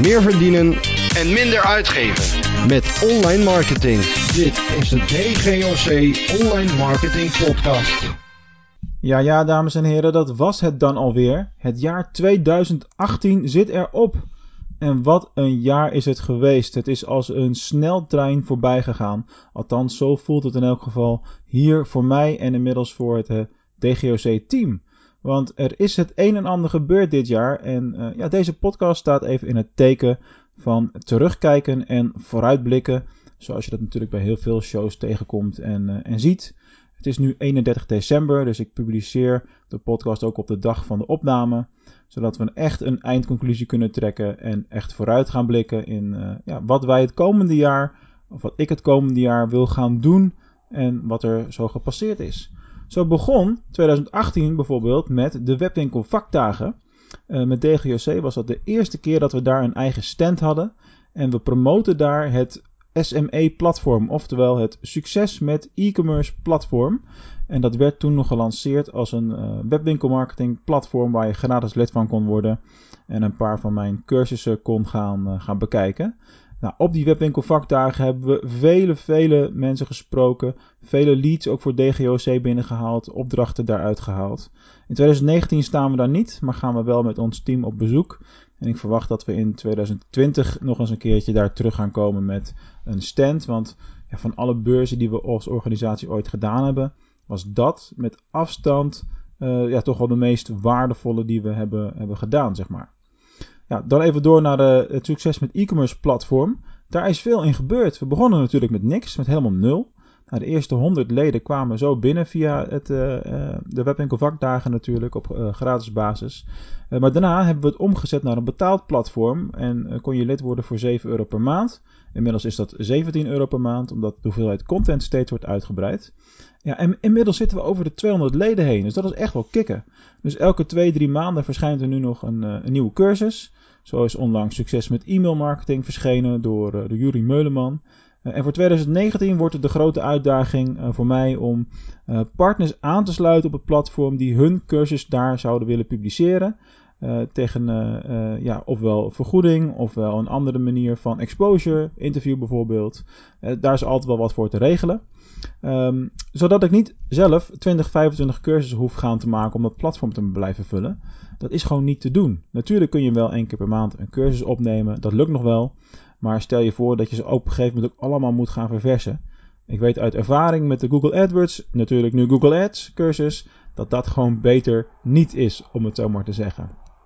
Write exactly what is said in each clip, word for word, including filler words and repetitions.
meer verdienen en minder uitgeven met online marketing. Dit is de D G O C Online Marketing Podcast. Ja, ja, dames en heren, dat was het dan alweer. Het jaar tweeduizend achttien zit erop. En wat een jaar is het geweest. Het is als een sneltrein voorbij gegaan. Althans, zo voelt het in elk geval hier voor mij en inmiddels voor het uh, D G O C-team. Want er is het een en ander gebeurd dit jaar. En uh, ja, deze podcast staat even in het teken van terugkijken en vooruitblikken. Zoals je dat natuurlijk bij heel veel shows tegenkomt en, uh, en ziet. Het is nu eenendertig december, dus ik publiceer de podcast ook op de dag van de opname. Zodat we echt een eindconclusie kunnen trekken en echt vooruit gaan blikken in uh, ja, wat wij het komende jaar, of wat ik het komende jaar wil gaan doen en wat er zo gepasseerd is. Zo begon tweeduizend achttien bijvoorbeeld met de webwinkel vakdagen. Uh, met D G O C was dat de eerste keer dat we daar een eigen stand hadden. En we promoten daar het S M E-platform, oftewel het succes met e-commerce platform. En dat werd toen nog gelanceerd als een uh, webwinkelmarketing platform waar je gratis lid van kon worden. En een paar van mijn cursussen kon gaan, uh, gaan bekijken. Nou, op die webwinkelvakdagen hebben we vele, vele mensen gesproken. Vele leads ook voor D G O C binnengehaald, opdrachten daaruit gehaald. In tweeduizend negentien staan we daar niet, maar gaan we wel met ons team op bezoek. En ik verwacht dat we in tweeduizend twintig nog eens een keertje daar terug gaan komen met een stand. Want ja, van alle beurzen die we als organisatie ooit gedaan hebben, was dat met afstand uh, ja, toch wel de meest waardevolle die we hebben, hebben gedaan, zeg maar. Ja, dan even door naar de, het succes met e-commerce platform. Daar is veel in gebeurd. We begonnen natuurlijk met niks, met helemaal nul. Nou, de eerste honderd leden kwamen zo binnen via het, uh, uh, de webwinkelvakdagen natuurlijk op uh, gratis basis. Uh, maar daarna hebben we het omgezet naar een betaald platform en uh, kon je lid worden voor zeven euro per maand. Inmiddels is dat zeventien euro per maand, omdat de hoeveelheid content steeds wordt uitgebreid. Ja, en inmiddels zitten we over de tweehonderd leden heen, dus dat is echt wel kicken. Dus elke twee, drie maanden verschijnt er nu nog een, uh, een nieuwe cursus. Zo is onlangs succes met e-mailmarketing verschenen door, uh, door Juri Meuleman. Uh, en voor tweeduizend negentien wordt het de grote uitdaging uh, voor mij om uh, partners aan te sluiten op het platform die hun cursus daar zouden willen publiceren. Uh, tegen uh, uh, ja, ofwel vergoeding, ofwel een andere manier van exposure, interview bijvoorbeeld. Uh, daar is altijd wel wat voor te regelen. Um, zodat ik niet zelf twintig, vijfentwintig cursussen hoef gaan te maken om dat platform te blijven vullen. Dat is gewoon niet te doen. Natuurlijk kun je wel één keer per maand een cursus opnemen, dat lukt nog wel. Maar stel je voor dat je ze op een gegeven moment ook allemaal moet gaan verversen. Ik weet uit ervaring met de Google AdWords, natuurlijk nu Google Ads cursus, dat dat gewoon beter niet is, om het zo maar te zeggen.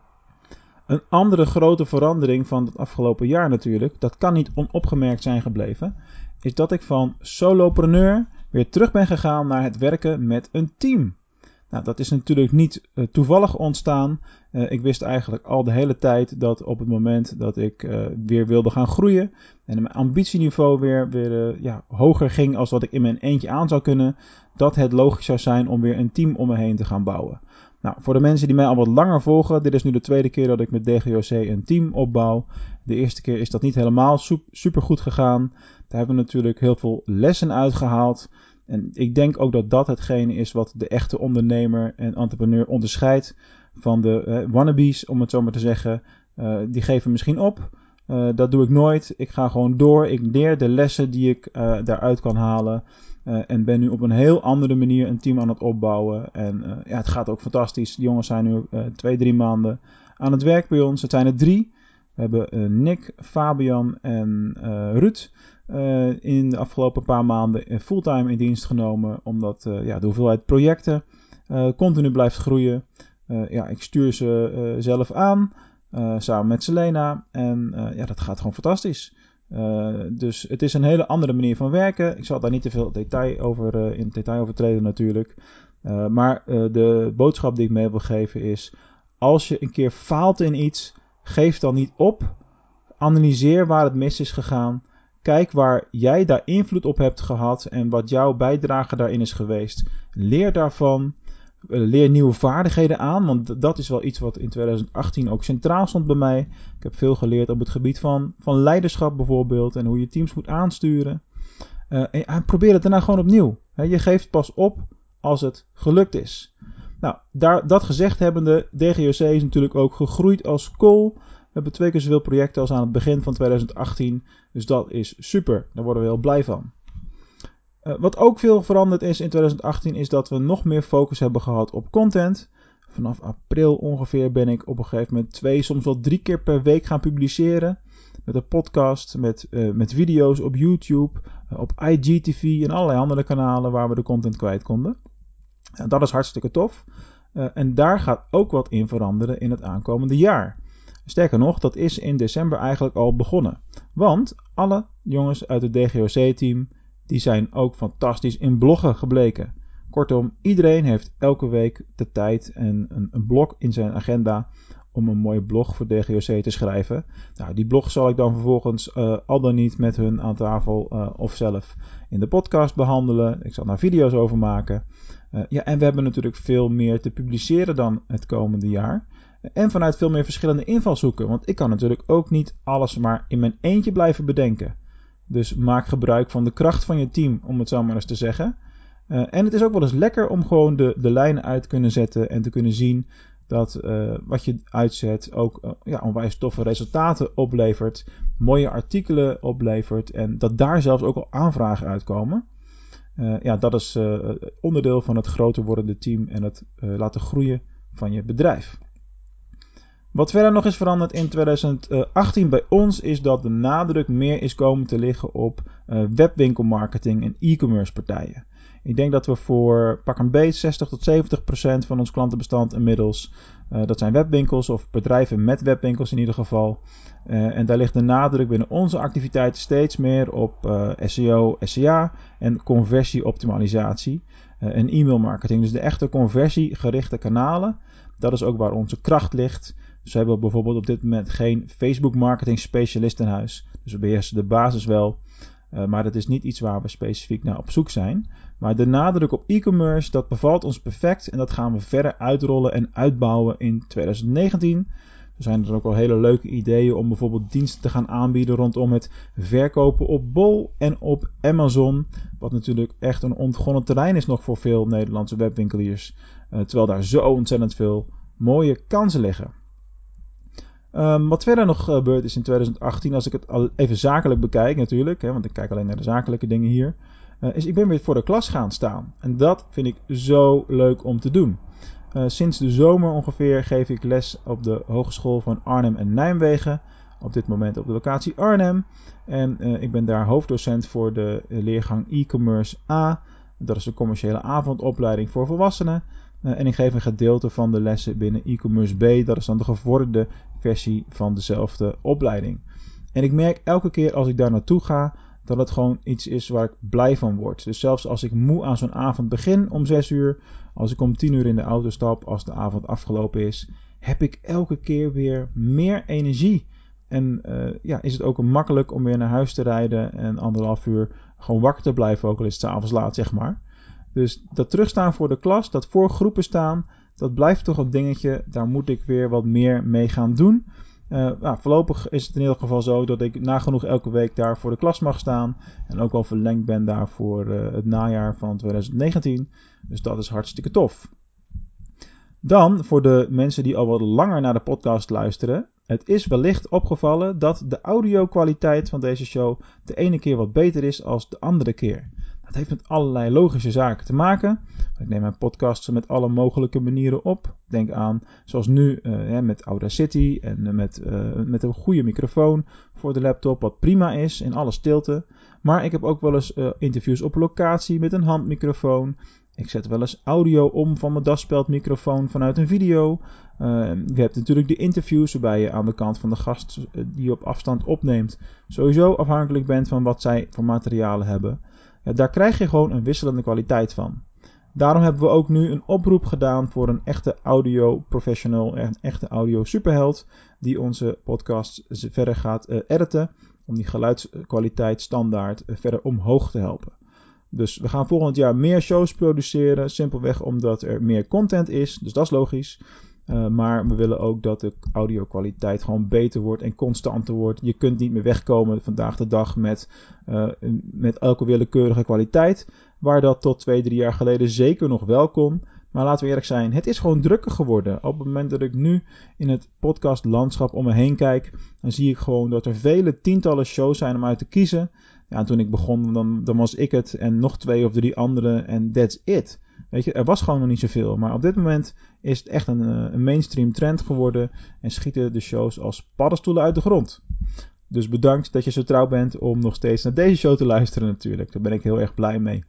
Een andere grote verandering van het afgelopen jaar natuurlijk, dat kan niet onopgemerkt zijn gebleven, is dat ik van solopreneur weer terug ben gegaan naar het werken met een team. Nou, dat is natuurlijk niet uh, toevallig ontstaan. Uh, ik wist eigenlijk al de hele tijd dat op het moment dat ik uh, weer wilde gaan groeien en mijn ambitieniveau weer, weer uh, ja, hoger ging als wat ik in mijn eentje aan zou kunnen, dat het logisch zou zijn om weer een team om me heen te gaan bouwen. Nou, voor de mensen die mij al wat langer volgen, dit is nu de tweede keer dat ik met D G O C een team opbouw. De eerste keer is dat niet helemaal super goed gegaan. Daar hebben we natuurlijk heel veel lessen uitgehaald. En ik denk ook dat dat hetgene is wat de echte ondernemer en entrepreneur onderscheidt van de uh, wannabes, om het zo maar te zeggen. Uh, die geven misschien op. Uh, dat doe ik nooit. Ik ga gewoon door. Ik leer de lessen die ik uh, daaruit kan halen. Uh, en ben nu op een heel andere manier een team aan het opbouwen. En uh, ja, het gaat ook fantastisch. De jongens zijn nu uh, twee, drie maanden aan het werk bij ons. Het zijn er drie. We hebben uh, Nick, Fabian en uh, Ruud uh, in de afgelopen paar maanden fulltime in dienst genomen. Omdat uh, ja, de hoeveelheid projecten uh, continu blijft groeien. Uh, ja, ik stuur ze uh, zelf aan. Uh, samen met Selena. En uh, ja, dat gaat gewoon fantastisch. Uh, dus het is een hele andere manier van werken. Ik zal daar niet te veel detail over, uh, in detail over treden natuurlijk. Uh, maar uh, de boodschap die ik mee wil geven is: als je een keer faalt in iets, geef dan niet op. Analyseer waar het mis is gegaan. Kijk waar jij daar invloed op hebt gehad en wat jouw bijdrage daarin is geweest. Leer daarvan. Leer nieuwe vaardigheden aan, want dat is wel iets wat in tweeduizend achttien ook centraal stond bij mij. Ik heb veel geleerd op het gebied van, van leiderschap bijvoorbeeld en hoe je teams moet aansturen. Uh, en, en probeer het daarna gewoon opnieuw. He, je geeft pas op als het gelukt is. Nou, daar, dat gezegd hebbende, D G O C is natuurlijk ook gegroeid als kool. hebben twee keer zoveel projecten als aan het begin van twintig achttien. Dus dat is super. Daar worden we heel blij van. Uh, wat ook veel veranderd is in twintig achttien is dat we nog meer focus hebben gehad op content. Vanaf april ongeveer ben ik op een gegeven moment twee, soms wel drie keer per week gaan publiceren. Met een podcast, met, uh, met video's op YouTube, uh, op I G T V en allerlei andere kanalen waar we de content kwijt konden. Uh, dat is hartstikke tof. Uh, en daar gaat ook wat in veranderen in het aankomende jaar. Sterker nog, dat is in december eigenlijk al begonnen. Want alle jongens uit het D G O C-team, die zijn ook fantastisch in bloggen gebleken. Kortom, iedereen heeft elke week de tijd en een, een blok in zijn agenda om een mooie blog voor D G O C te schrijven. Nou, die blog zal ik dan vervolgens uh, al dan niet met hun aan tafel uh, of zelf in de podcast behandelen. Ik zal daar video's over maken. Uh, ja, en we hebben natuurlijk veel meer te publiceren dan het komende jaar. En vanuit veel meer verschillende invalshoeken. Want ik kan natuurlijk ook niet alles maar in mijn eentje blijven bedenken. Dus maak gebruik van de kracht van je team, om het zo maar eens te zeggen. Uh, en het is ook wel eens lekker om gewoon de, de lijnen uit te kunnen zetten en te kunnen zien dat uh, wat je uitzet ook uh, ja, onwijs toffe resultaten oplevert, mooie artikelen oplevert en dat daar zelfs ook al aanvragen uitkomen. Uh, ja, dat is uh, onderdeel van het groter wordende team en het uh, laten groeien van je bedrijf. Wat verder nog is veranderd in twintig achttien bij ons is dat de nadruk meer is komen te liggen op uh, webwinkelmarketing en e-commerce partijen. Ik denk dat we voor pak een beet zestig tot zeventig procent van ons klantenbestand inmiddels, uh, dat zijn webwinkels of bedrijven met webwinkels in ieder geval. Uh, en daar ligt de nadruk binnen onze activiteiten steeds meer op uh, S E O, S E A en conversieoptimalisatie uh, en e-mailmarketing. Dus de echte conversiegerichte kanalen, dat is ook waar onze kracht ligt. Dus we hebben bijvoorbeeld op dit moment geen Facebook marketing specialist in huis. Dus we beheersen de basis wel. Uh, maar dat is niet iets waar we specifiek naar op zoek zijn. Maar de nadruk op e-commerce, dat bevalt ons perfect. En dat gaan we verder uitrollen en uitbouwen in twintig negentien. Er zijn er ook al hele leuke ideeën om bijvoorbeeld diensten te gaan aanbieden rondom het verkopen op Bol en op Amazon. Wat natuurlijk echt een ontgonnen terrein is nog voor veel Nederlandse webwinkeliers. Uh, terwijl daar zo ontzettend veel mooie kansen liggen. Um, wat verder nog gebeurd is in twintig achttien, als ik het al even zakelijk bekijk natuurlijk, hè, want ik kijk alleen naar de zakelijke dingen hier, uh, is ik ben weer voor de klas gaan staan. En dat vind ik zo leuk om te doen. Uh, sinds de zomer ongeveer geef ik les op de Hogeschool van Arnhem en Nijmegen. Op dit moment op de locatie Arnhem. En uh, ik ben daar hoofddocent voor de leergang e-commerce A. Dat is de commerciële avondopleiding voor volwassenen. Uh, en ik geef een gedeelte van de lessen binnen e-commerce B. Dat is dan de gevorderde versie van dezelfde opleiding. En ik merk elke keer als ik daar naartoe ga, dat het gewoon iets is waar ik blij van word. Dus zelfs als ik moe aan zo'n avond begin om zes uur, als ik om tien uur in de auto stap, als de avond afgelopen is, heb ik elke keer weer meer energie. En uh, ja, is het ook makkelijk om weer naar huis te rijden en anderhalf uur gewoon wakker te blijven, ook al is het 's avonds laat, zeg maar. Dus dat terugstaan voor de klas, dat voor groepen staan, dat blijft toch een dingetje. Daar moet ik weer wat meer mee gaan doen. Uh, nou, voorlopig is het in ieder geval zo dat ik nagenoeg elke week daar voor de klas mag staan. En ook al verlengd ben daar voor uh, het najaar van twintig negentien. Dus dat is hartstikke tof. Dan voor de mensen die al wat langer naar de podcast luisteren. Het is wellicht opgevallen dat de audio-kwaliteit van deze show de ene keer wat beter is als de andere keer. Dat heeft met allerlei logische zaken te maken. Ik neem mijn podcasts met alle mogelijke manieren op. Denk aan, zoals nu, uh, met Audacity en met, uh, met een goede microfoon voor de laptop, wat prima is in alle stilte. Maar ik heb ook wel eens uh, interviews op locatie met een handmicrofoon. Ik zet wel eens audio om van mijn daspeldmicrofoon vanuit een video. Uh, je hebt natuurlijk de interviews waarbij je aan de kant van de gast uh, die je op afstand opneemt sowieso afhankelijk bent van wat zij voor materialen hebben. Ja, daar krijg je gewoon een wisselende kwaliteit van. Daarom hebben we ook nu een oproep gedaan voor een echte audio professional, een echte audio superheld, die onze podcast verder gaat uh, editen, om die geluidskwaliteit standaard uh, verder omhoog te helpen. Dus we gaan volgend jaar meer shows produceren, simpelweg omdat er meer content is, dus dat is logisch. Uh, maar we willen ook dat de audio-kwaliteit gewoon beter wordt en constanter wordt. Je kunt niet meer wegkomen vandaag de dag met, uh, met elke willekeurige kwaliteit. Waar dat tot twee, drie jaar geleden zeker nog wel kon. Maar laten we eerlijk zijn, het is gewoon drukker geworden. Op het moment dat ik nu in het podcastlandschap om me heen kijk, dan zie ik gewoon dat er vele tientallen shows zijn om uit te kiezen. Ja, toen ik begon, dan, dan was ik het en nog twee of drie anderen en that's it. Weet je, er was gewoon nog niet zoveel. Maar op dit moment is het echt een, een mainstream trend geworden en schieten de shows als paddenstoelen uit de grond. Dus bedankt dat je zo trouw bent om nog steeds naar deze show te luisteren natuurlijk. Daar ben ik heel erg blij mee.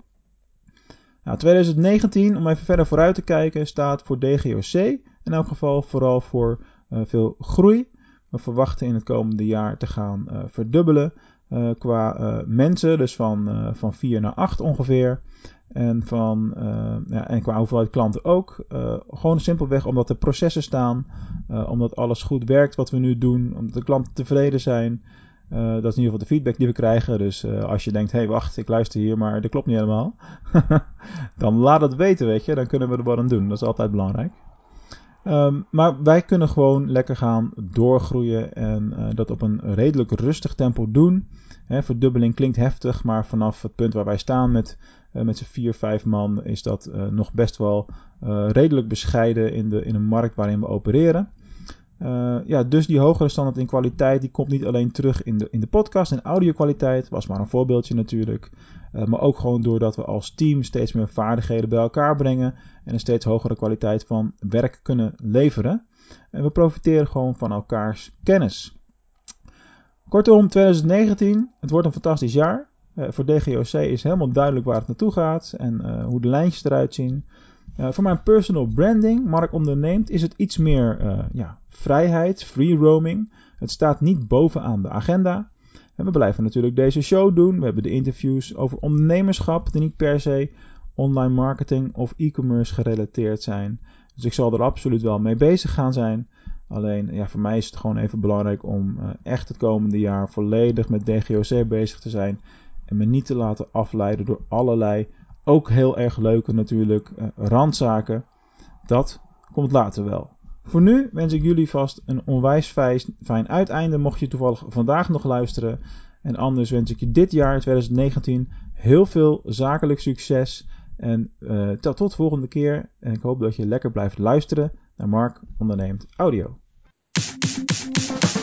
Nou, twintig negentien, om even verder vooruit te kijken, staat voor D G O C in elk geval vooral voor uh, veel groei. We verwachten in het komende jaar te gaan uh, verdubbelen uh, qua uh, mensen, dus van, uh, van vier naar acht ongeveer. En, van, uh, ja, en qua hoeveelheid klanten ook. Uh, gewoon simpelweg omdat er processen staan, uh, omdat alles goed werkt wat we nu doen, omdat de klanten tevreden zijn. Uh, dat is in ieder geval de feedback die we krijgen. Dus uh, als je denkt, hé hey, wacht, ik luister hier, maar dat klopt niet helemaal. Dan laat het weten, weet je. Dan kunnen we er wat aan doen. Dat is altijd belangrijk. Um, maar wij kunnen gewoon lekker gaan doorgroeien en uh, dat op een redelijk rustig tempo doen. Hè, verdubbeling klinkt heftig, maar vanaf het punt waar wij staan met, uh, met z'n vier, vijf man is dat uh, nog best wel uh, redelijk bescheiden in, de, in een markt waarin we opereren. Uh, ja, dus die hogere standaard in kwaliteit, die komt niet alleen terug in de, in de podcast en audio-kwaliteit, was maar een voorbeeldje natuurlijk, uh, maar ook gewoon doordat we als team steeds meer vaardigheden bij elkaar brengen en een steeds hogere kwaliteit van werk kunnen leveren. En we profiteren gewoon van elkaars kennis. Kortom, twintig negentien, het wordt een fantastisch jaar. Uh, voor D G O C is helemaal duidelijk waar het naartoe gaat en uh, hoe de lijntjes eruit zien. Uh, voor mijn personal branding, Mark Onderneemt, is het iets meer uh, ja, vrijheid, free roaming. Het staat niet bovenaan de agenda. En we blijven natuurlijk deze show doen. We hebben de interviews over ondernemerschap die niet per se online marketing of e-commerce gerelateerd zijn. Dus ik zal er absoluut wel mee bezig gaan zijn. Alleen ja, voor mij is het gewoon even belangrijk om uh, echt het komende jaar volledig met D G O C bezig te zijn. En me niet te laten afleiden door allerlei, ook heel erg leuke natuurlijk, uh, randzaken. Dat komt later wel. Voor nu wens ik jullie vast een onwijs fijn uiteinde, mocht je toevallig vandaag nog luisteren. En anders wens ik je dit jaar, twintig negentien, heel veel zakelijk succes. En uh, tot de volgende keer. En ik hoop dat je lekker blijft luisteren naar Mark Onderneemt Audio.